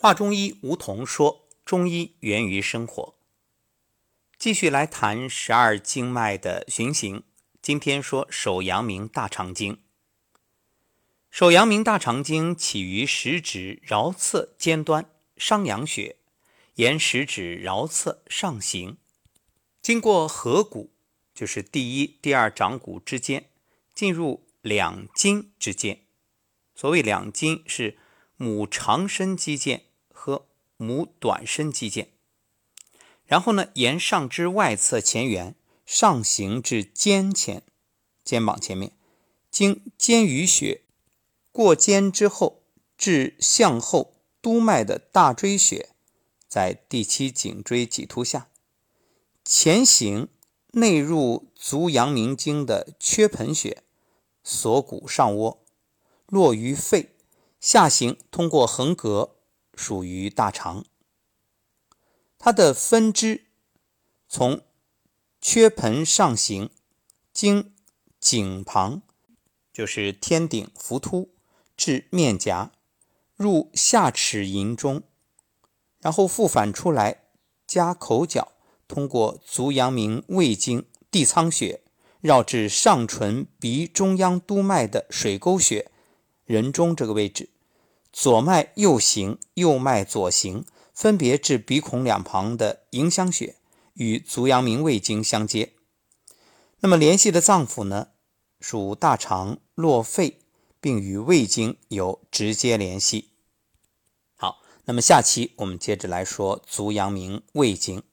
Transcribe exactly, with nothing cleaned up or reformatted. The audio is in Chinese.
华中医吴桐说，中医源于生活。继续来谈十二经脉的循行，今天说手阳明大肠经。手阳明大肠经起于食指桡侧尖端商阳穴，沿食指桡侧上行，经过合谷，就是第一、第二掌骨之间，进入两筋之间。所谓两筋是母长身肌腱和母短身肌腱。然后呢，沿上肢外侧前缘上行至肩前，肩膀前面，经肩俞穴过肩之后，至向后督脉的大椎穴，在第七颈椎棘突下，前行内入足阳明经的缺盆穴，锁骨上窝，落于肺，下行通过横膈，属于大肠。它的分支从缺盆上行，经颈旁，就是天顶浮突，至面颊，入下齿龈中，然后复返出来，加口角，通过足阳明胃经地仓穴，绕至上唇鼻中央督脉的水沟穴人中这个位置，左脉右行，右脉左行，分别至鼻孔两旁的迎香穴，与足阳明胃经相接。那么联系的脏腑呢，属大肠、络肺，并与胃经有直接联系。好，那么下期我们接着来说足阳明胃经。